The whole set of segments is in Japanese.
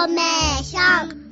ーメーション。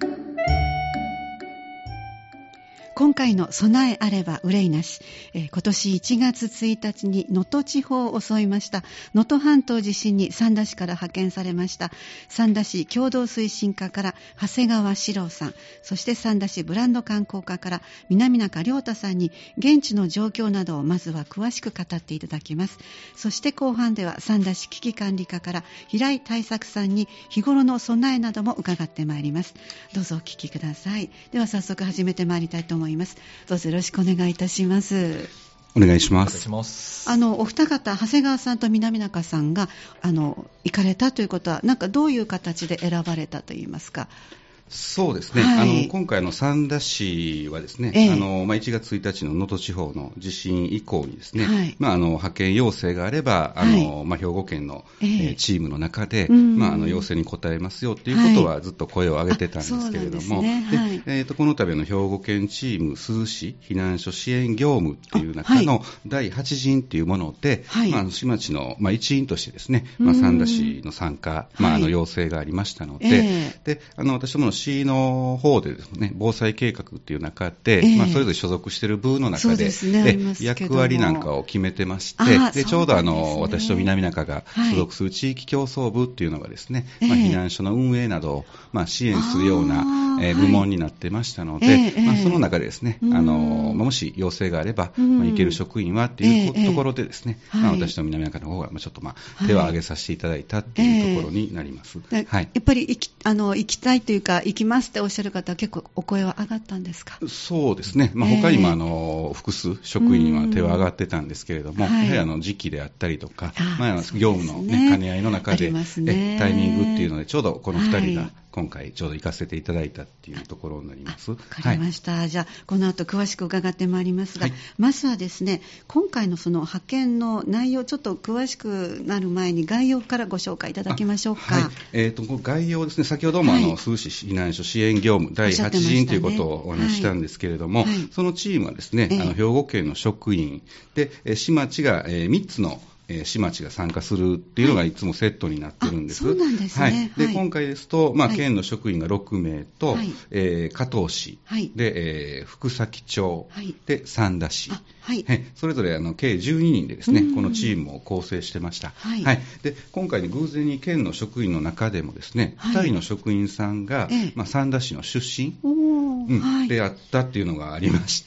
今回の備えあれば憂いなし、今年1月1日に能登地方を襲いました能登半島地震に三田市から派遣されました三田市共同推進課から長谷川史郎さん、そして三田市ブランド観光課から南中亮太さんに現地の状況などをまずは詳しく語っていただきます。そして後半では三田市危機管理課から平井大作さんに日頃の備えなども伺ってまいります。どうぞお聞きください。では早速始めてまいりたいと思います。どうぞよろしくお願いいたします。 お願いします。 お二方、長谷川さんと南中さんが行かれたということは、なんかどういう形で選ばれたといいますか。 そうですね、はい、今回の三田市はですね、1月1日の能登地方の地震以降にですね、はい、派遣要請があれば兵庫県の、チームの中で、要請に応えますよということはずっと声を上げてたんですけれども、この度の兵庫県チーム珠洲市避難所支援業務っていう中の第8陣というもので、市町の、一員としてですね、三田市の参加、要請がありましたので、で私どもの市の方でですね、防災計画っていう中で、それぞれ所属している部の中で、役割なんかを決めてまして、でちょうど私と南中が所属する地域競争部っていうのがですね、避難所の運営などを、支援するような、部門になってましたので、その中でですね、もし要請があれば、行ける職員はっていうところでですね、私と南中の方がちょっと手を挙げさせていただいたっていうところになります。 やっぱり行きたいというか行きますっておっしゃる方は結構お声は上がったんですか。 そうですね、他にも複数職員は手は上がってたんですけれども、やはり時期であったりとか、業務の、兼ね合いの中で、タイミングっていうのでちょうどこの2人が今回ちょうど行かせていただいたっていうところになります。 わかりました、じゃあこの後詳しく伺ってまいりますが、まずはですね、今回のその派遣の内容ちょっと詳しくなる前に概要からご紹介いただきましょうか。 概要ですね、先ほども珠洲市避難所支援業務第8陣ということをお話ししたんですけれども、そのチームはですね、兵庫県の職員で市町が3つの市町が参加するっていうのがいつもセットになってるんです。 そうなんですね。 で今回ですと、県の職員が6名と、加東市、で、福崎町、で三田市、それぞれ計12人でですね、このチームを構成してました。で今回偶然に県の職員の中でもですね、2人の職員さんが、三田市の出身であったっていうのがありまして、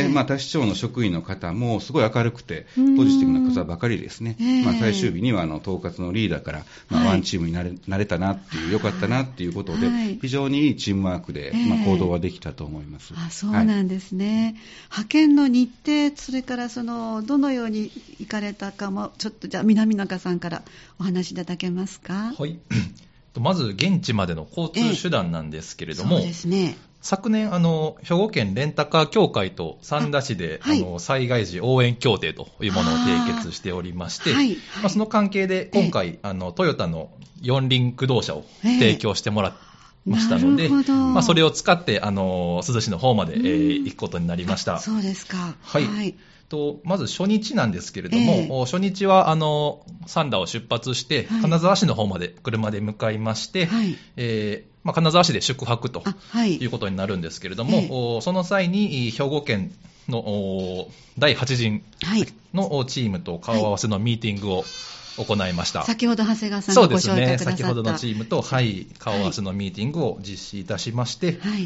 田市長の職員の方もすごい明るくてポジティブな方ばかりですね。最終日には統括のリーダーから、ワンチームになれたなっていう、よかったなっていうことで、非常にいいチームワークで、行動はできたと思います。 そうなんですね。派遣の日程、それからどのように行かれたかもちょっとじゃあ南中さんからお話しいただけますか。 はい。まず現地までの交通手段なんですけれども、 そうですね。 昨年兵庫県レンタカー協会と三田市で、災害時応援協定というものを締結しておりまして、その関係で今回トヨタの四輪駆動車を提供してもらってましたので、それを使って珠洲市の方まで、行くことになりました。 そうですか。 まず初日なんですけれども、初日は三田を出発して金沢市の方まで車で向かいまして、金沢市で宿泊ということになるんですけれども、その際に兵庫県の第8陣のチームと顔合わせのミーティングを行いました。 先ほど長谷川さんがご紹介くださった。そうですね。 先ほどのチームと、顔合わせのミーティングを実施いたしまして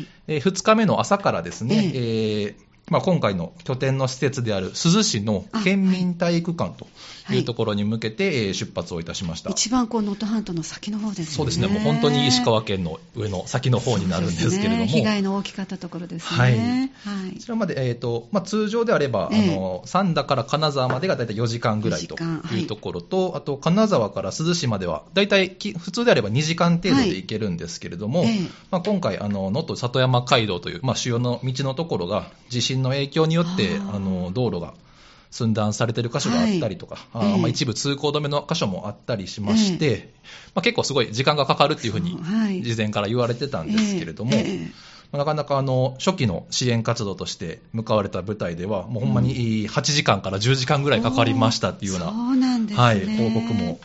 、2日目の朝からですね、今回の拠点の施設である珠洲市の県民体育館というところに向けて出発をいたしました。 一番能登半島の先の方ですね。 そうですね。もう本当に石川県の上の先の方になるんですけれども、 被害の大きかったところですね。 こちらまで、通常であれば、三田から金沢までがだいたい4時間ぐらいというところと、あと金沢から珠洲市まではだいたい普通であれば2時間程度で行けるんですけれども、今回能登里山街道という、主要の道のところが地震の影響によって道路が寸断されている箇所があったりとか、一部通行止めの箇所もあったりしまして、結構すごい時間がかかるっていうふうに事前から言われてたんですけれども、なかなか初期の支援活動として向かわれた部隊ではもうほんまに8時間から10時間ぐらいかかりましたっていうような、報告も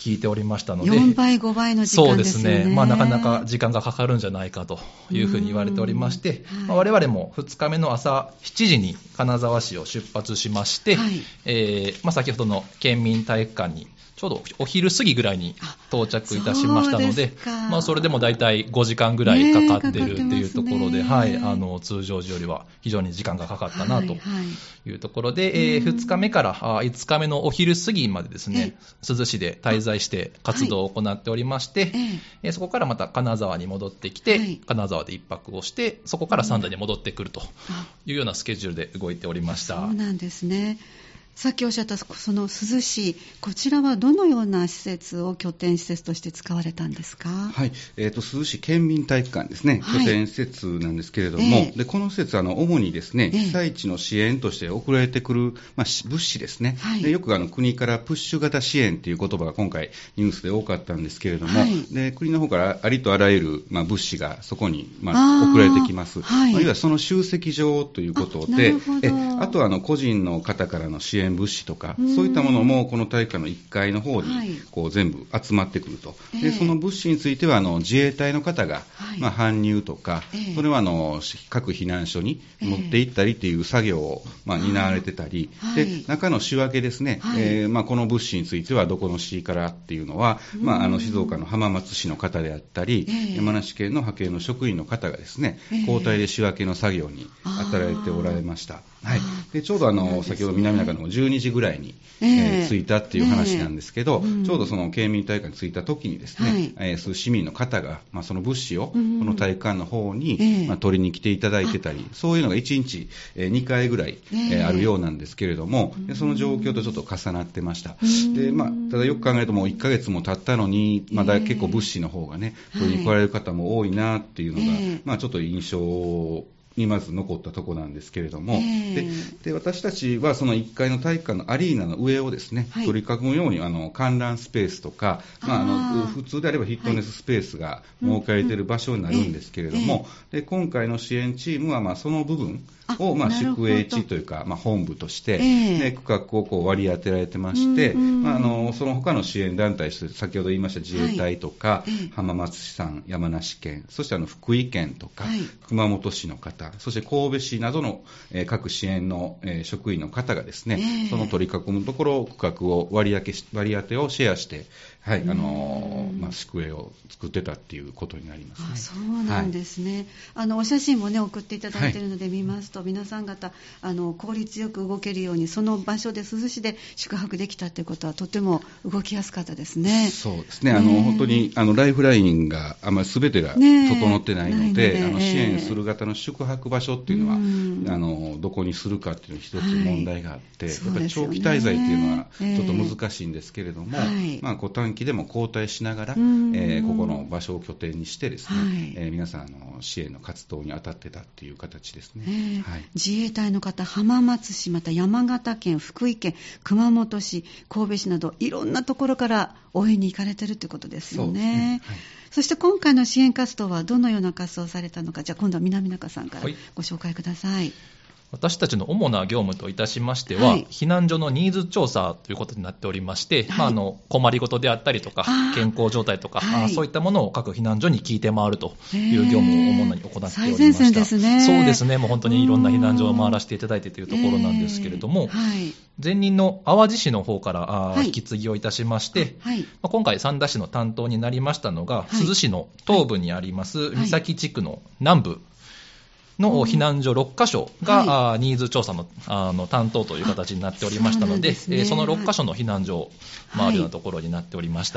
聞いておりましたので、 4倍、5倍の時間ですよね。 そうですね。なかなか時間がかかるんじゃないかというふうに言われておりまして、我々も2日目の朝7時に金沢市を出発しまして、先ほどの県民体育館にちょうどお昼過ぎぐらいに到着いたしましたので、それでも大体5時間ぐらいかかってるっていうところで、通常時よりは非常に時間がかかったなというところで、2日目から5日目のお昼過ぎまでですね、珠洲市で滞在して活動を行っておりまして、そこからまた金沢に戻ってきて、金沢で1泊をして、そこから三田に戻ってくるというようなスケジュールで動いておりました。 そうなんですね。さっきおっしゃったその珠洲市、こちらはどのような施設を拠点施設として使われたんですか？ はい、珠洲市県民体育館ですね、拠点施設なんですけれども、でこの施設は主にですね、被災地の支援として送られてくる、物資ですね、でよく国からプッシュ型支援という言葉が今回ニュースで多かったんですけれども、で国の方からありとあらゆる、物資がそこに、送られてきます。いわゆるその集積場ということで、あとは個人の方からの支援物資とか、そういったものもこの体育館の1階の方にこう全部集まってくると。でその物資については自衛隊の方が、搬入とか、それは各避難所に持って行ったりという作業を、担われてたり、で中の仕分けですね、この物資についてはどこの市からっていうのは、静岡の浜松市の方であったり、山梨県の派遣の職員の方がですね、交代で仕分けの作業に当たられておられました。でちょうど先ほど南中野の12時ぐらいに、着いたっていう話なんですけど、ちょうどその県民体育館に着いた時にですね、そういう市民の方が、その物資をこの体育館の方に、取りに来ていただいてたり、そういうのが1日、2回ぐらい、あるようなんですけれども、でその状況とちょっと重なってました。でただよく考えるともう1ヶ月も経ったのに、まだ結構物資の方がね、取りに来られる方も多いなっていうのが、ちょっと印象にまず残ったところなんですけれども、で私たちはその1階の体育館のアリーナの上をですね、取り囲むように観覧スペースとか、普通であればフィットネススペースが設けられている場所になるんですけれども、で今回の支援チームはその部分を宿営地というか、本部として、で区画をこう割り当てられてまして、その他の支援団体、先ほど言いました自衛隊とか、浜松市さん、山梨県、そして福井県とか、熊本市の方、そして神戸市などの、各支援の、職員の方がですね、その取り囲むところ、区画を割り当てをシェアして、宿営を作ってたっていうことになりますね。 そうなんですね。お写真もね送っていただいているので見ますと、皆さん方効率よく動けるようにその場所で珠洲市で宿泊できたということはとても動きやすかったですね。 そうですね。本当にライフラインがあまり全てが整ってないので、支援する方の宿泊場所っていうのはどこにするかっていうのは一つ問題があって、やっぱり長期滞在っていうのはちょっと難しいんですけれども、短期でも交代しながら、ここの場所を拠点にしてですね、皆さん支援の活動に当たってたっていう形ですね。 自衛隊の方、浜松市、また山形県、福井県、熊本市、神戸市などいろんなところから応援に行かれてるということですよね。そして今回の支援活動はどのような活動をされたのか、じゃあ今度は南中さんからご紹介ください。 私たちの主な業務といたしましては、避難所のニーズ調査ということになっておりまして、困りごとであったりとか、健康状態とか、そういったものを各避難所に聞いて回るという業務を主に行っておりました。 最前線ですね。 そうですね。もう本当にいろんな避難所を回らせていただいてというところなんですけれども、前任の淡路市の方から引き継ぎをいたしまして、今回三田市の担当になりましたのが、珠洲市の東部にあります三崎地区の南部の避難所6カ所がニーズ調査の担当という形になっておりましたので、その6カ所の避難所を回るようなところになっておりました。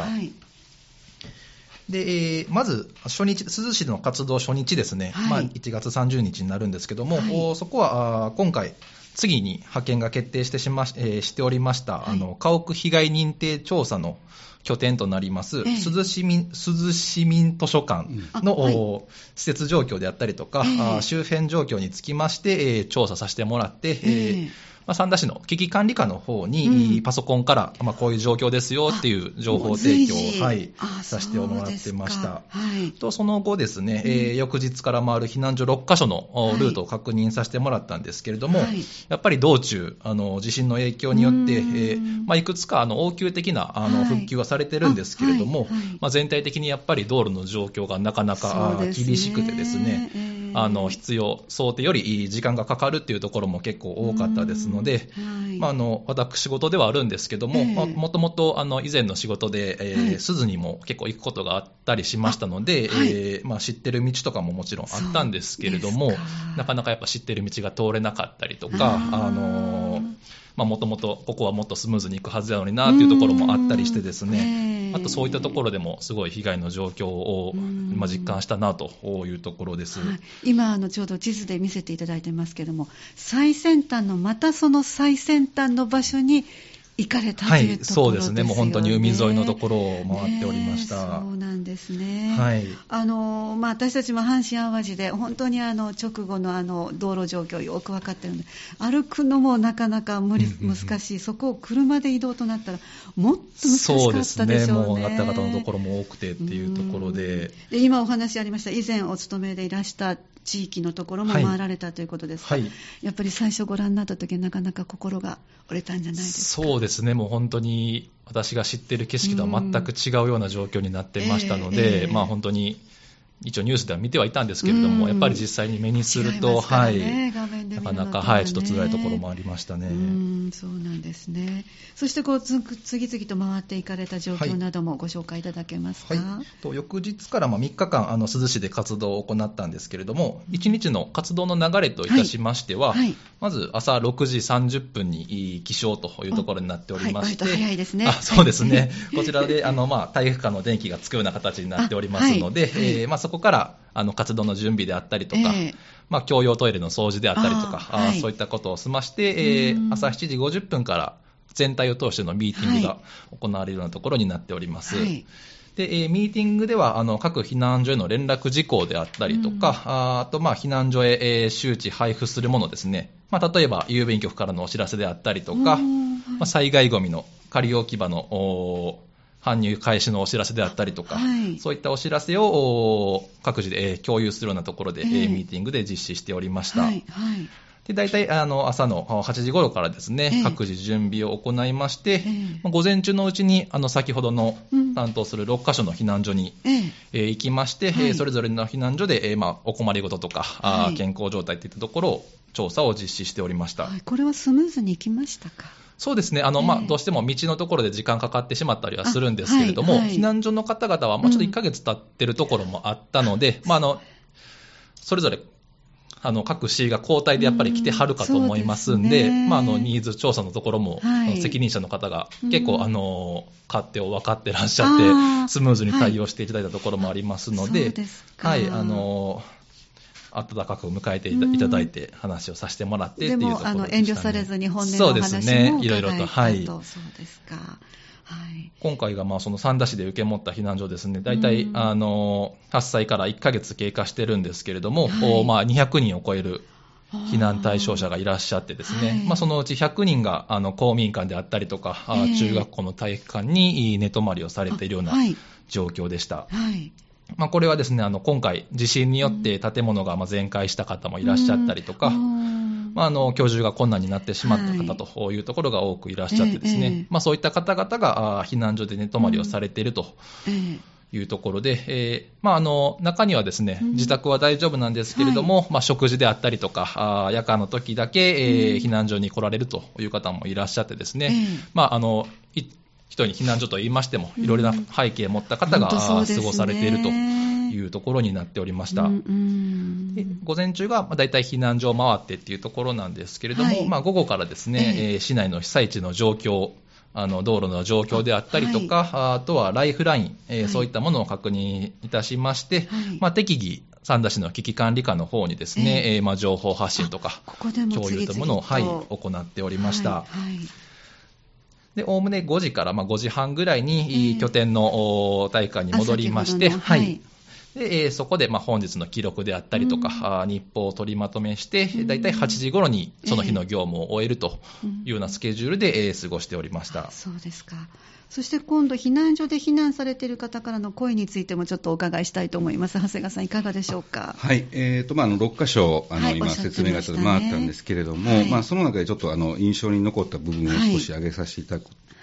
でまず初日、珠洲市の活動初日ですね、1月30日になるんですけども、そこは今回次に派遣が決定しておりました、家屋被害認定調査の拠点となります、珠洲市民図書館の、施設状況であったりとか、周辺状況につきまして、調査させてもらって、三田市の危機管理課の方に、パソコンから、こういう状況ですよっていう情報提供を、させてもらってました。とその後ですね、翌日から回る避難所6カ所のルートを確認させてもらったんですけれども、やっぱり道中地震の影響によって、いくつか応急的な復旧はさされてるんですけれども、全体的にやっぱり道路の状況がなかなか厳しくてですね、必要想定より時間がかかるっていうところも結構多かったですので、私事ではあるんですけども、もともと以前の仕事で、鈴にも結構行くことがあったりしましたので、知ってる道とかももちろんあったんですけれども、なかなかやっぱ知ってる道が通れなかったりとか、もともとここはもっとスムーズに行くはずなのになというところもあったりしてですね、あとそういったところでもすごい被害の状況を実感したなというところです。 今ちょうど地図で見せていただいてますけども、最先端のまたその最先端の場所に行かれたというところですよね。 そうですね。もう本当に海沿いのところを回っておりました。 そうなんですね。私たちも阪神淡路で本当に直後の道路状況よく分かってるので、歩くのもなかなか難しい。そこを車で移動となったらもっと難しかったでしょうね。 そうですね。もうガタガタのところも多くてっていうところで。 今お話ありました以前お勤めでいらした地域のところも回られたということですが、やっぱり最初ご覧になった時なかなか心が折れたんじゃないですか。 そうですね。もう本当に私が知っている景色とは全く違うような状況になってましたので、本当に一応ニュースでは見てはいたんですけれども、やっぱり実際に目にすると、なかなか、ちょっと辛いところもありましたね。 そうなんですね。そして次々と回っていかれた状況などもご紹介いただけますか。 翌日から3日間珠洲市で活動を行ったんですけれども、1日の活動の流れといたしましては、まず朝6時30分に起床というところになっておりまして、 早いですね。 そうですね。こちらで体育館の電気がつくような形になっておりますので、そこから活動の準備であったりとか、共用トイレの掃除であったりとか、そういったことを済まして、朝7時50分から全体を通してのミーティングが行われるようなところになっております。で、ミーティングでは各避難所への連絡事項であったりとか、あと避難所へ周知配布するものですね。例えば郵便局からのお知らせであったりとか、災害ゴミの仮置き場の搬入開始のお知らせであったりとか、そういったお知らせを各自で共有するようなところでミーティングで実施しておりました。で、大体朝の8時頃からですね、各自準備を行いまして、午前中のうちに先ほどの担当する6カ所の避難所に行きまして、それぞれの避難所でお困りごととか、健康状態といったところを調査を実施しておりました。 これはスムーズにいきましたか。 そうですね。どうしても道のところで時間かかってしまったりはするんですけれども、避難所の方々はちょっと1ヶ月経ってるところもあったので、それぞれ各市が交代でやっぱり来てはるかと思いますんで、ニーズ調査のところも、責任者の方が結構勝手を分かってらっしゃって、スムーズに対応していただいたところもありますので、温かく迎えていただいて話をさせてもらってっていうところでしたね。 でも遠慮されずに本音のお話も伺えたと。そうですね。いろいろと。そうですか。 今回がその三田市で受け持った避難所ですね、大体発災から1ヶ月経過してるんですけれども、200人を超える避難対象者がいらっしゃってですね、そのうち100人が公民館であったりとか、中学校の体育館に寝泊まりをされているような状況でした。これはですね、今回地震によって建物が全壊した方もいらっしゃったりとか、居住が困難になってしまった方というところが多くいらっしゃってですね、そういった方々が避難所で寝泊まりをされているというところで、中にはですね、自宅は大丈夫なんですけれども、食事であったりとか、夜間の時だけ、避難所に来られるという方もいらっしゃってですね、一人に避難所と言いましても、いろいろな背景を持った方が過ごされているというところになっておりました。で午前中がだいたい避難所を回ってっていうところなんですけれども、午後からですね、市内の被災地の状況、道路の状況であったりとか、あとはライフライン、そういったものを確認いたしまして、適宜三田市の危機管理課の方にですね、情報発信とか共有というものを、行っておりました。で、おおむね5時から5時半ぐらいに拠点の体育館に戻りまして、でそこで本日の記録であったりとか、日報を取りまとめして、だいたい8時頃にその日の業務を終えるというようなスケジュールで過ごしておりました。 そうですか。そして今度避難所で避難されている方からの声についてもちょっとお伺いしたいと思います。長谷川さんいかがでしょうか。 6カ所今説明が回ったんですけれども、その中でちょっと印象に残った部分を少し挙げさせていただく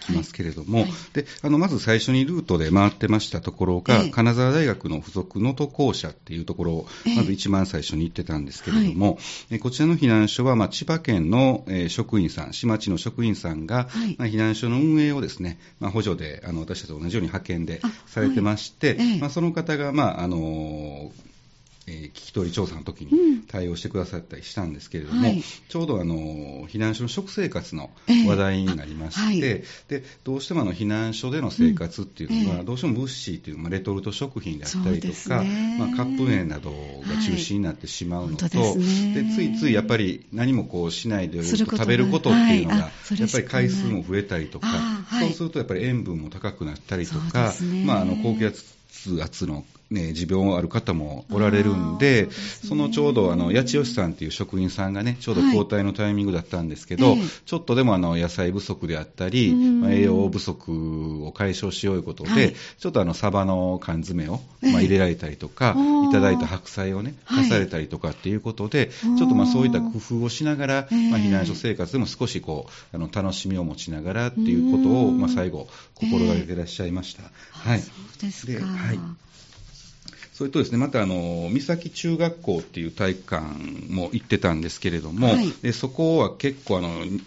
きますけれども、でまず最初にルートで回ってましたところが、金沢大学の附属能登校舎っていうところをまず一番最初に行ってたんですけれども、こちらの避難所は、千葉県の職員さん、市町の職員さんが、避難所の運営をですね、補助で私たちと同じように派遣でされてまして、その方が、聞き取り調査の時に対応してくださったりしたんですけれども、ちょうど避難所の食生活の話題になりまして、でどうしても避難所での生活っていうのは、どうしても物資っていう、レトルト食品であったりとか、カップ麺などが中心になってしまうのと、でついついやっぱり何もこうしないで食べることっていうのが、やっぱり回数も増えたりとか、そうするとやっぱり塩分も高くなったりとか、高血圧の持病ある方もおられるんで、そのちょうど八千代さんという職員さんがね、ちょうど交代のタイミングだったんですけど、ちょっとでも野菜不足であったり、栄養不足を解消しようということで、ちょっとサバの缶詰を入れられたりとか、いただいた白菜をね、足されたりとかっていうことで、ちょっとそういった工夫をしながら、避難所生活でも少しこう楽しみを持ちながらっていうことを、最後心がけていらっしゃいました。 そうですか。 それとですね、また三崎中学校っていう体育館も行ってたんですけれども、でそこは結構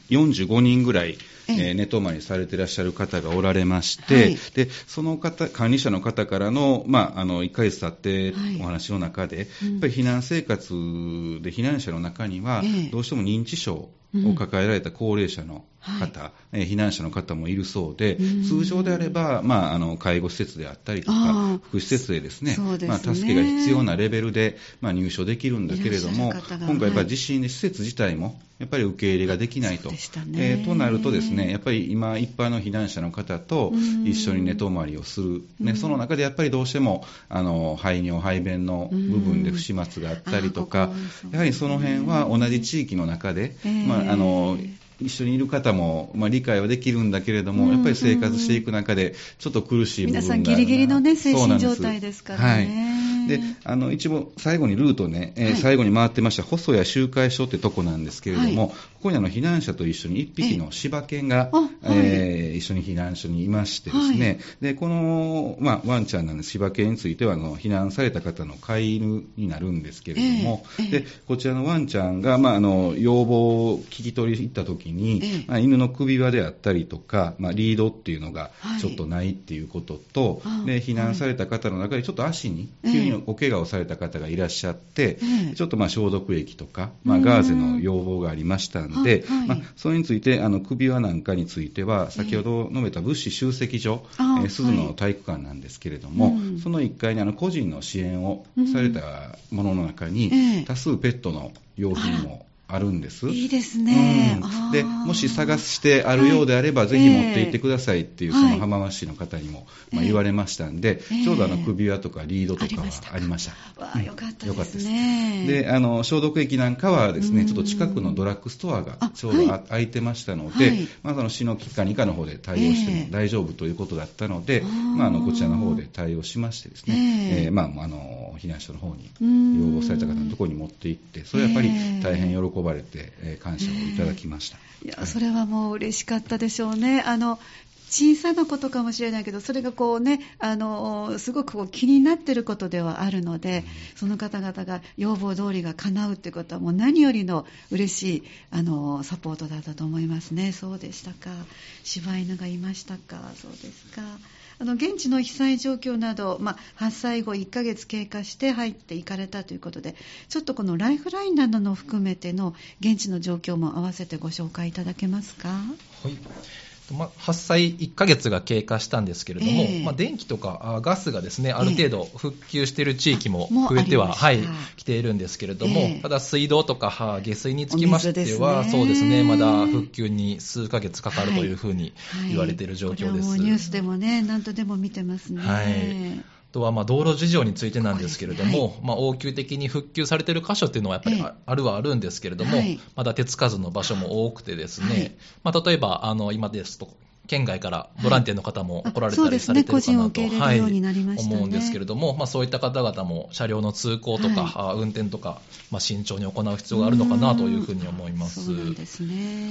45人ぐらい寝泊まりされていらっしゃる方がおられまして、でその方、管理者の方からの、1ヶ月経ってお話の中で、やっぱり避難生活で避難者の中には、どうしても認知症を抱えられた高齢者の方、避難者の方もいるそうで、通常であれば、介護施設であったりとか、福祉施設でですね、助けが必要なレベルで、入所できるんだけれども、今回やっぱり地震で施設自体もやっぱり受け入れができないと。となるとですね、やっぱり今一般の避難者の方と一緒に寝泊まりをする、その中でやっぱりどうしても排尿排便の部分で不始末があったりとか、やはりその辺は同じ地域の中で、一緒にいる方も、理解はできるんだけれども、やっぱり生活していく中でちょっと苦しい部分があるな。 皆さんギリギリのね、精神状態ですからね。 で一応最後にルートね、最後に回ってました細谷集会所ってとこなんですけれども、ここに避難者と一緒に1匹の柴犬が、一緒に避難所にいましてですね、でこの、ワンちゃんなんです。柴犬については避難された方の飼い犬になるんですけれども、でこちらのワンちゃんが、要望を聞き取り行った時に、犬の首輪であったりとか、リードっていうのがちょっとないっていうことと、で避難された方の中でちょっと足に急にお怪我をされた方がいらっしゃって、ちょっと消毒液とか、ガーゼの要望がありましたんで、それについて首輪なんかについては先ほど述べた物資集積所、鈴野体育館なんですけれども、その1階に個人の支援をされたものの中に、多数ペットの用品もあるんです。 いいですね。 でもし探してあるようであれば、ぜひ持って行ってくださいっていう、その浜松市の方にも、言われましたんで、ちょうど首輪とかリードとかはありました。 よかったですね。 で消毒液なんかはですね、ちょっと近くのドラッグストアがちょうど空いてましたので、市の機関2課の方で対応しても大丈夫ということだったので、こちらの方で対応しましてですね、避難所の方に要望された方のところに持って行って、それはやっぱり大変喜ばれて、感謝をいただきました。 いや、それはもう嬉しかったでしょうね。小さなことかもしれないけど、それがすごく気になっていることではあるので、その方々が要望通りが叶うということはもう何よりの嬉しいサポートだったと思いますね。そうでしたか。柴犬がいましたか。そうですか。現地の被災状況など、発災後1ヶ月経過して入っていかれたということで、ちょっとこのライフラインなどの含めての現地の状況も合わせてご紹介いただけますか。 はい。発災1ヶ月が経過したんですけれども、電気とかガスがですね、ある程度復旧している地域も増えては、来ているんですけれども、ただ水道とか下水につきましては、そうですね、まだ復旧に数ヶ月かかるというふうに言われている状況です。 これはもうニュースでもね、何度でも見てますね。 あとは道路事情についてなんですけれども、応急的に復旧されている箇所っていうのはやっぱりあるんですけれども、まだ手つかずの場所も多くてですね、例えば今ですと県外からボランティアの方も来られたりされているかなと思うんですけれども、そういった方々も車両の通行とか、運転とか、慎重に行う必要があるのかなというふうに思います。 そうなんですね。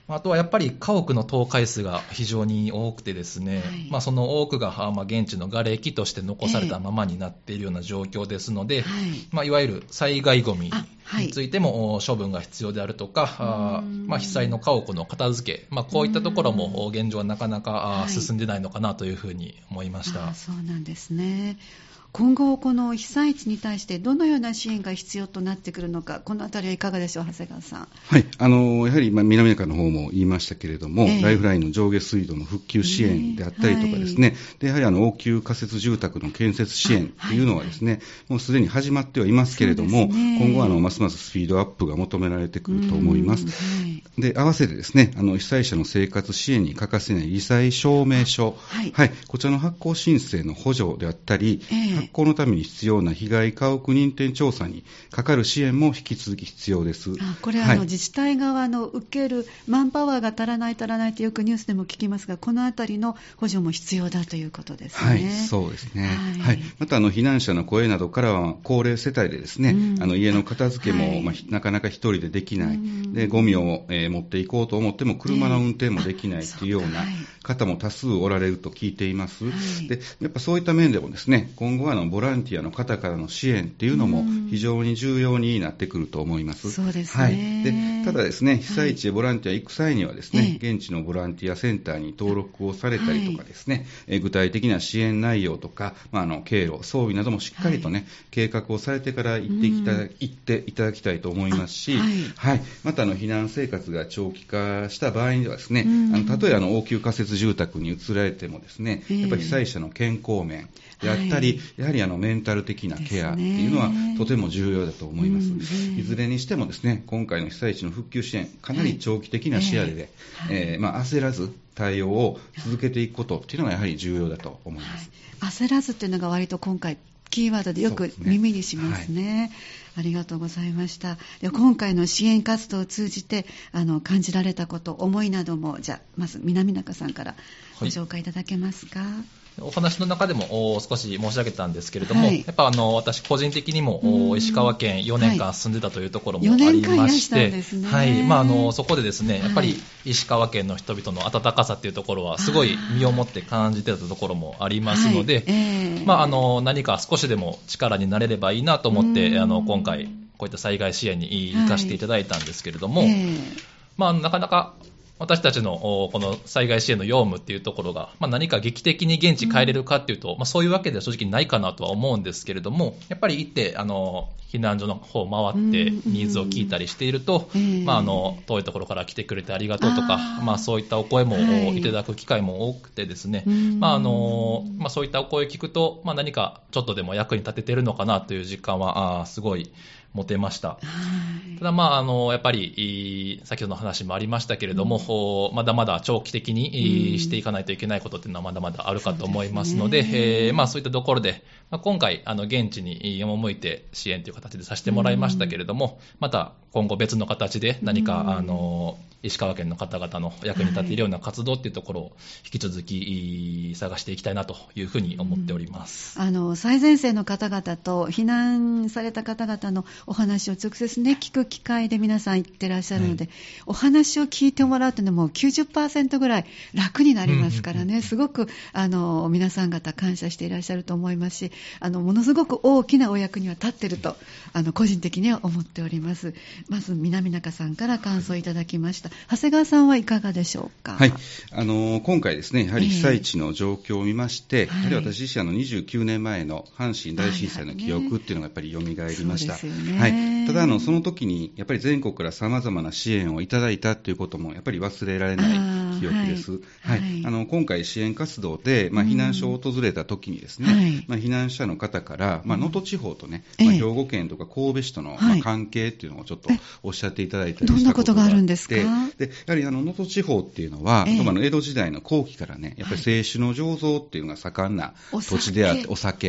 あとはやっぱり家屋の倒壊数が非常に多くてですね、その多くが現地の瓦礫として残されたままになっているような状況ですので、いわゆる災害ゴミについても処分が必要であるとか、被災の家屋の片付け、こういったところも現状はなかなか進んでないのかなというふうに思いました。 そうなんですね。今後、この被災地に対してどのような支援が必要となってくるのか、このあたりはいかがでしょう、長谷川さん。 はい、やはり南中の方も言いましたけれども、ライフラインの上下水道の復旧支援であったりとかですね、でやはり応急仮設住宅の建設支援というのはですね、もうすでに始まってはいますけれども、今後はますますスピードアップが求められてくると思います。で合わせてですね、被災者の生活支援に欠かせない罹災証明書、こちらの発行申請の補助であったり、発行のために必要な被害家屋認定調査にかかる支援も引き続き必要です。 これは自治体側の受けるマンパワーが足らないってよくニュースでも聞きますが、このあたりの補助も必要だということですね。 そうですね。また避難者の声などからは高齢世帯でですね、家の片付けも、なかなか一人でできない、でゴミを、持っていこうと思っても車の運転もできないというような方も多数おられると聞いています。でやっぱそういった面でもですね、今後はボランティアの方からの支援っていうのも非常に重要になってくると思います。 そうですね。 でただですね、被災地へボランティア行く際にはですね、現地のボランティアセンターに登録をされたりとかですね、具体的な支援内容とか、経路、装備などもしっかりとね、計画をされてから行っていただきたいと思いますし、また避難生活が長期化した場合にはですね、たとえ応急仮設住宅に移られてもですね、やっぱり被災者の健康面であったり、やはりメンタル的なケアっていうのはとても重要だと思います。いずれにしてもですね、今回の被災地の復旧支援、かなり長期的な視野で、焦らず対応を続けていくことっていうのがやはり重要だと思います。 焦らずっていうのが割と今回キーワードでよく耳にしますね。ありがとうございました。で今回の支援活動を通じて感じられたこと、思いなども、じゃあまず南中さんからご紹介いただけますか。 お話の中でも少し申し上げたんですけれども、やっぱ私個人的にも石川県4年間住んでたというところもありまして、そこでですね、やっぱり石川県の人々の温かさっていうところはすごい身をもって感じてたところもありますので、何か少しでも力になれればいいなと思って今回こういった災害支援に生かしていただいたんですけれども、なかなか私たちのこの災害支援の業務っていうところが、何か劇的に現地帰れるかっていうと、そういうわけでは正直ないかなとは思うんですけれども、やっぱり行って避難所の方を回ってニーズを聞いたりしていると、遠いところから来てくれてありがとうとか、そういったお声もいただく機会も多くてですね、そういったお声を聞くと、何かちょっとでも役に立ててるのかなという実感はすごい持てました。ただやっぱり先ほどの話もありましたけれども、まだまだ長期的にしていかないといけないことっていうのはまだまだあるかと思いますので、そういったところで、今回現地に赴いて支援という形でさせてもらいましたけれども、また今後別の形で何か石川県の方々の役に立てるような活動っていうところを引き続き探していきたいなというふうに思っております。 最前線の方々と避難された方々のお話を直接ね聞く機会で皆さん行ってらっしゃるので、お話を聞いてもらうというのも 90% ぐらい楽になりますからね、すごく皆さん方感謝していらっしゃると思いますし、ものすごく大きなお役には立っていると個人的には思っております。まず南中さんから感想いただきました。長谷川さんはいかがでしょうか。 今回ですね、やはり被災地の状況を見まして、やはり私自身29年前の阪神大震災の記憶っていうのがやっぱり蘇りました。ただその時にやっぱり全国から様々な支援をいただいたということもやっぱり忘れられない記憶です。今回支援活動で、避難所を訪れた時にですね、避難者の方から能登地方とね、兵庫県とか神戸市との、関係っていうのをちょっとおっしゃっていただいたりしたことがあって、 どんなことがあるんですか。 でやはり能登地方っていうのは、江戸時代の後期からね、やっぱり清酒の醸造っていうのが盛んな土地であって、お酒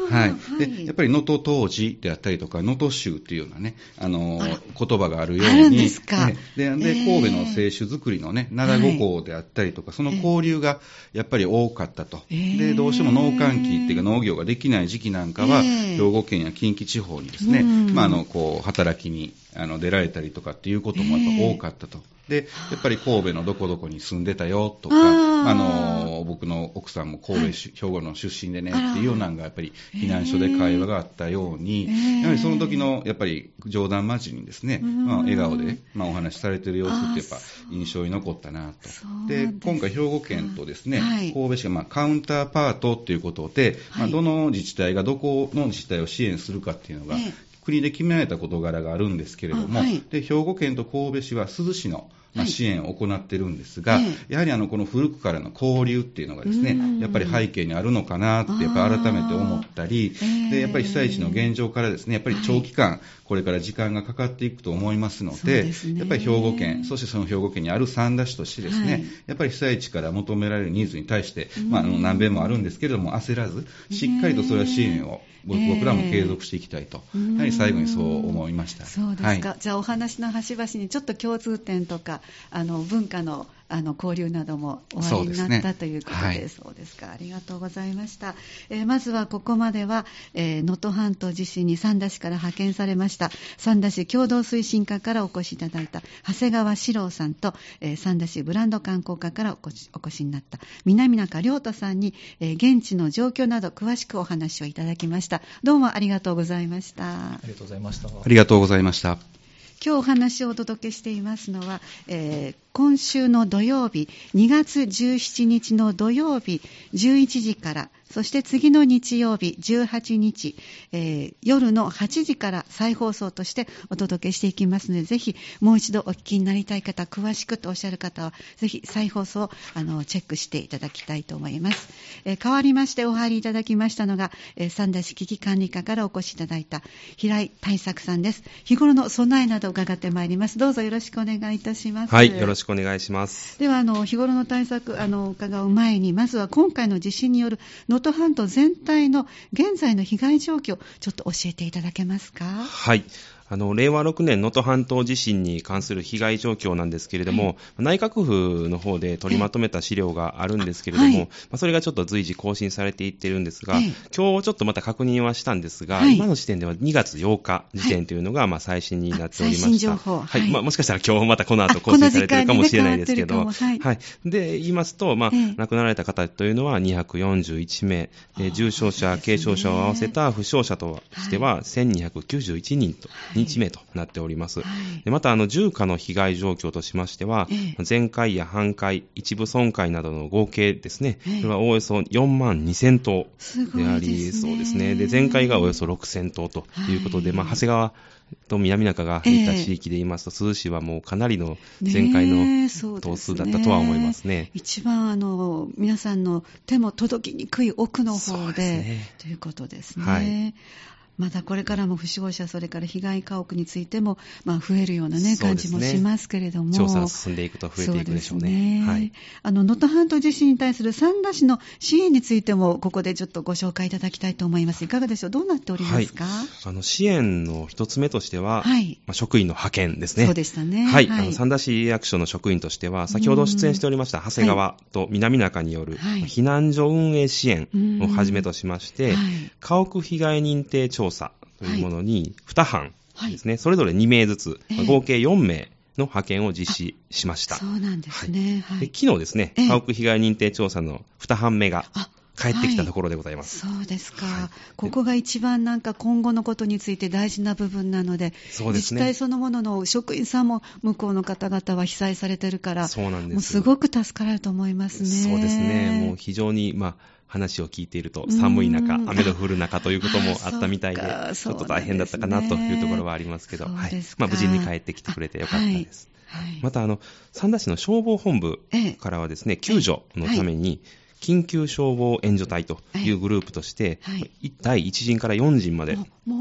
はい。で、やっぱり能登当時であったりとか、能登州っていうようなね、言葉があるように。 あるんですか。 で、神戸の清酒造りのね、灘五香であったりとか、その交流がやっぱり多かったと。で、どうしても農閑期っていうか農業ができない時期なんかは、兵庫県や近畿地方にですね、働きに出られたりとかっていうこともやっぱ多かったと。で、やっぱり神戸のどこどこに住んでたよとか、僕の奥さんも神戸、兵庫の出身でねっていうようなのがやっぱり避難所で会話があったように、やはりその時のやっぱり冗談交じりにですね、笑顔で、お話しされてる様子ってやっぱ印象に残ったなと。で、今回兵庫県とですね、神戸市がカウンターパートっていうことで、どの自治体がどこの自治体を支援するかっていうのが、国で決められた事柄があるんですけれども、で兵庫県と神戸市は珠洲市の支援を行っているんですが、やはりこの古くからの交流っていうのがですね、やっぱり背景にあるのかなってやっぱり改めて思ったり、でやっぱり被災地の現状からですね、やっぱり長期間これから時間がかかっていくと思いますので、やっぱり兵庫県、そしてその兵庫県にある三田市としてですね、やっぱり被災地から求められるニーズに対して、何べんもあるんですけれども焦らず、しっかりとそれは支援を僕らも継続していきたいと、やはり最後にそう思いました。 そうですか。じゃあお話の端々にちょっと共通点とか文化の交流などもおありになったということで、そうですか。ありがとうございました。まずはここまでは能登半島地震に三田市から派遣されました三田市共同推進課からお越しいただいた長谷川史郎さんと、三田市ブランド観光課からお越しになった南中亮太さんに、現地の状況など詳しくお話をいただきました。どうもありがとうございました。 ありがとうございました。 ありがとうございました。 今日お話をお届けしていますのは、今週の土曜日2月17日の土曜日11時から、そして次の日曜日18日、夜の8時から再放送としてお届けしていきますので、ぜひもう一度お聞きになりたい方、詳しくとおっしゃる方はぜひ再放送をチェックしていただきたいと思います。代わりましてお入りいただきましたのが、三田市危機管理課からお越しいただいた平井大作さんです。日頃の備えなど伺ってまいります。どうぞよろしくお願いいたします。 はい、よろしくお願いします。 では日頃の対策伺う前に、まずは今回の地震による能登半島全体の現在の被害状況、ちょっと教えていただけますか。 はい。令和6年能登半島地震に関する被害状況なんですけれども、内閣府の方で取りまとめた資料があるんですけれども、それがちょっと随時更新されていってるんですが、今日ちょっとまた確認はしたんですが、今の時点では2月8日時点というのが最新になっておりました。 最新情報。 はい。もしかしたら今日またこの後更新されているかもしれないですけど、はい。で、言いますと、亡くなられた方というのは241名、重症者、軽症者を合わせた負傷者としては1291人と、日名となっております。でまた重火の被害状況としましては、全壊や半壊、一部損壊などの合計ですね、これはおよそ4万2000棟であり、そうですね。で全壊がおよそ6000棟ということで、長谷川と南中が入った地域で言いますと、珠洲市はもうかなりの全壊の棟数だったとは思いますね。 一番皆さんの手も届きにくい奥の方で、ということですね。はい。まだこれからも負傷者、それから被害家屋についても、増えるような、感じもしますけれども、 調査が進んでいくと増えていくでしょうね。はい。 能登半島地震に対する三田市の支援についてもここでちょっとご紹介いただきたいと思います。いかがでしょう。どうなっておりますか。 支援の一つ目としては、職員の派遣ですね。 そうでしたね。 はい。三田市役所の職員としては、先ほど出演しておりました長谷川と南中による避難所運営支援をはじめとしまして、家屋被害認定調査というものに2班ですね、それぞれ2名ずつ、合計4名の派遣を実施しました。 そうなんですね。 で昨日ですね、家屋被害認定調査の2班目が帰ってきたところでございます。 そうですか。ここが一番今後のことについて大事な部分なので、自治体そのものの職員さんも向こうの方々は被災されてるから、 そうなんです。 もうすごく助かられると思いますね。 そうですね。もう非常に話を聞いていると寒い中、雨の降る中ということもあったみたいで、ちょっと大変だったかなというところはありますけど、無事に帰ってきてくれてよかったです。また三田市の消防本部からはですね、救助のために緊急消防援助隊というグループとして、第1陣から4陣まで、 もう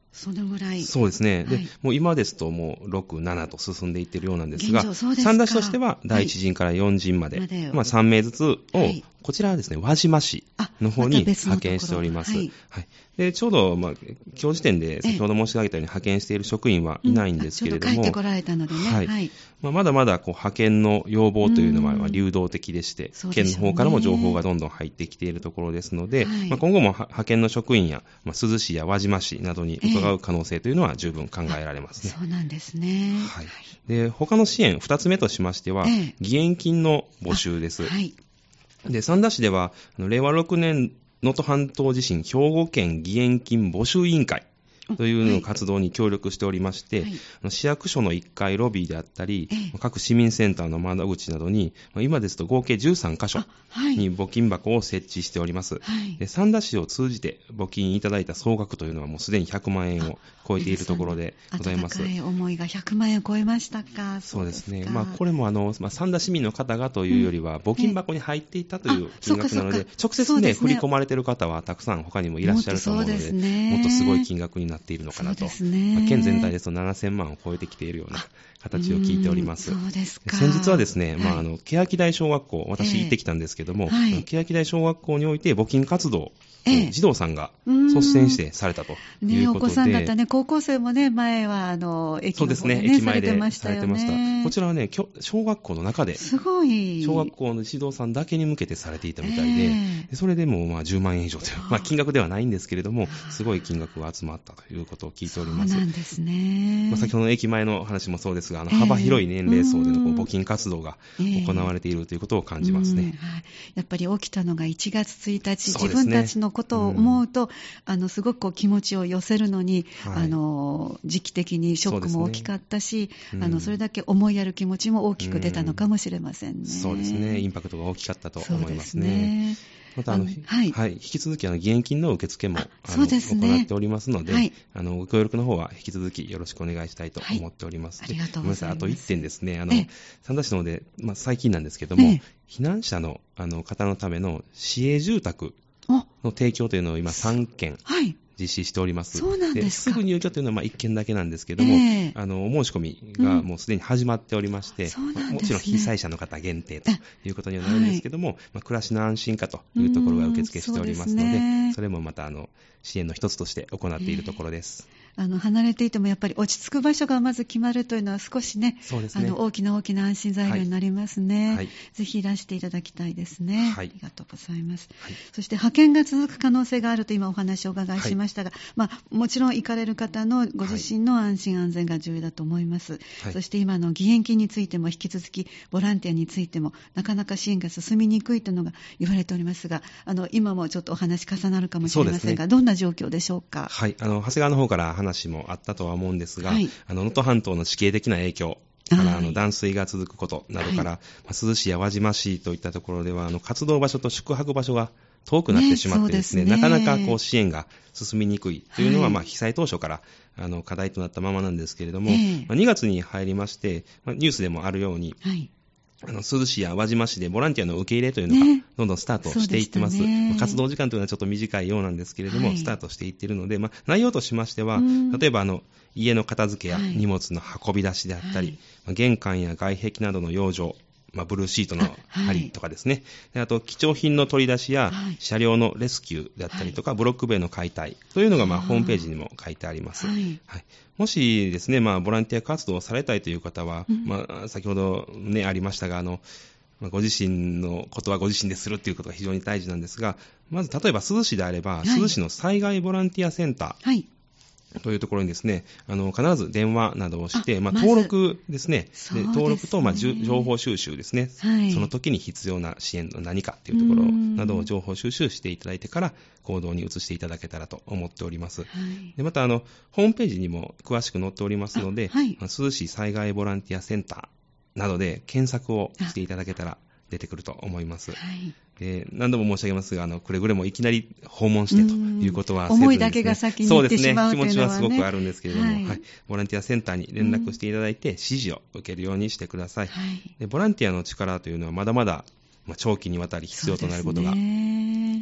そのぐらい。 そうですね。で、もう今ですともう6、7と進んでいってるようなんですが、三田市としては第1陣から4陣まで、3名ずつを、こちらはですね、輪島市の方に派遣しております。で、ちょうど、今日時点で先ほど申し上げたように派遣している職員はいないんですけれども、 ちょっと帰ってこられたのでね。 まだまだ派遣の要望というのは流動的でして、県の方からも情報がどんどん入ってきているところですので、今後も派遣の職員や、珠洲市や輪島市などに伺う可能性というのは十分考えられますね。 そうなんですね。 で、他の支援、2つ目としましては、義援金の募集です。で、三田市では、令和6年能登半島地震兵庫県義援金募集委員会というの活動に協力しておりまして、市役所の1階ロビーであったり、各市民センターの窓口などに、今ですと合計13カ所に募金箱を設置しております。で、三田市を通じて募金いただいた総額というのはもうすでに100万円を超えているところでございます。 温かい思いが100万円を超えましたか。 そうですね。これも三田市民の方がというよりは、募金箱に入っていたという金額なので、直接ね、振り込まれている方はたくさん他にもいらっしゃると思うので、もっとすごい金額になっているのかなと。県全体ですと7000万を超えてきているような形を聞いております。 そうですか。 先日はですね、欅台小学校、私行ってきたんですけども、欅台小学校において募金活動、児童さんが率先してされたということで、 お子さん方ね、高校生もね、前は駅の方でね、 そうですね、駅前でされてましたよね。こちらはね、小学校の中で、 すごい小学校の児童さんだけに向けてされていたみたいで、それでも10万円以上という、金額ではないんですけれども、すごい金額が集まったということを聞いております。 そうなんですね。 先ほどの駅前の話もそうですが、幅広い年齢層での募金活動が行われているということを感じますね。 やっぱり起きたのが1月1日、自分たちのことを思うと、すごく気持ちを寄せるのに、時期的にショックも大きかったし、それだけ思いやる気持ちも大きく出たのかもしれませんね。 そうですね。インパクトが大きかったと思いますね。また引き続き義援金の受付も行っておりますので、ご協力の方は引き続きよろしくお願いしたいと思っております。 ありがとうございます。 あと1点ですね、三田市の方で、最近なんですけども、避難者の方のための市営住宅の提供というのを今3件実施しております。 そうなんですか。 すぐ入居というのは1件だけなんですけども、お申し込みがもうすでに始まっておりまして、もちろん被災者の方限定ということにはなるんですけども、暮らしの安心化というところが受付しておりますので、それもまた支援の一つとして行っているところです。 離れていてもやっぱり落ち着く場所がまず決まるというのは少しね、大きな安心材料になりますね。ぜひいらしていただきたいですね。ありがとうございます。そして派遣が続く可能性があると今お話をお伺いしましたが、もちろん行かれる方のご自身の安心安全が重要だと思います。そして今の義援金についても引き続きボランティアについてもなかなか支援が進みにくいというのが言われておりますが、今もちょっとお話重なるかもしれませんが、どんな状況でしょうか。 長谷川の方から話もあったとは思うんですが、能登半島の地形的な影響から断水が続くことなどから、珠洲市や輪島市といったところでは活動場所と宿泊場所が遠くなってしまってですね、なかなか支援が進みにくいというのは、被災当初から課題となったままなんですけれども、2月に入りまして、ニュースでもあるように、珠洲市や輪島市でボランティアの受け入れというのがどんどんスタートしていってます。活動時間というのはちょっと短いようなんですけれども、スタートしていっているので、内容としましては、例えば家の片付けや荷物の運び出しであったり、玄関や外壁などの養生、ブルーシートの張りとかですね。あと、貴重品の取り出しや、車両のレスキューであったりとか、ブロック塀の解体というのが、ホームページにも書いてあります。もしですね、ボランティア活動をされたいという方は、先ほどね、ありましたが、ご自身のことはご自身でするということが非常に大事なんですが、まず例えば珠洲市であれば、珠洲市の災害ボランティアセンター、というところにですね、必ず電話などをして、登録ですね。登録と、情報収集ですね。その時に必要な支援の何かというところなどを情報収集していただいてから行動に移していただけたらと思っております。でまた、ホームページにも詳しく載っておりますので、珠洲市災害ボランティアセンターなどで検索をしていただけたら出てくると思います。何度も申し上げますが、くれぐれもいきなり訪問してということはせずにですね、 思いだけが先に行ってしまうというのはね。 そうですね。気持ちはすごくあるんですけれども、ボランティアセンターに連絡していただいて、指示を受けるようにしてください。でボランティアの力というのはまだまだ長期にわたり必要となることが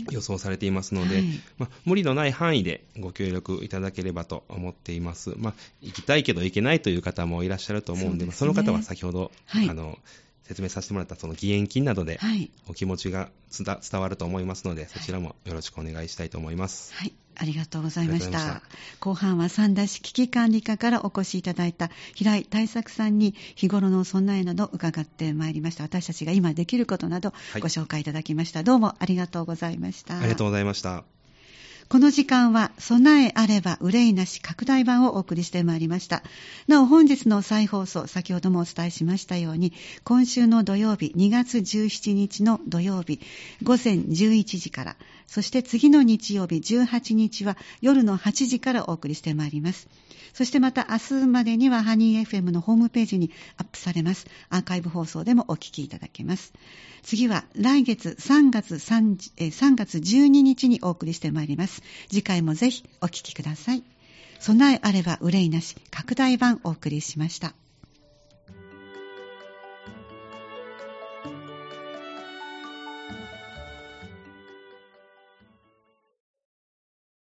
予想されていますので、無理のない範囲でご協力いただければと思っています。行きたいけど行けないという方もいらっしゃると思うんで、その方は先ほど、説明させてもらったその義援金などでお気持ちが伝わると思いますので、そちらもよろしくお願いしたいと思います。 はい、ありがとうございました。後半は三田市危機管理課からお越しいただいた平井大作さんに日頃の備えなど伺ってまいりました。私たちが今できることなどご紹介いただきました。どうもありがとうございました。 ありがとうございました。 この時間は備えあれば憂いなし拡大版をお送りしてまいりました。なお本日の再放送、先ほどもお伝えしましたように、今週の土曜日2月17日の土曜日午前11時から、そして次の日曜日18日は夜の8時からお送りしてまいります。そしてまた明日までにはハニー FM のホームページにアップされます。アーカイブ放送でもお聞きいただけます。次は来月3月12日にお送りしてまいります。次回もぜひお聞きください。備えあれば憂いなし拡大版お送りしました。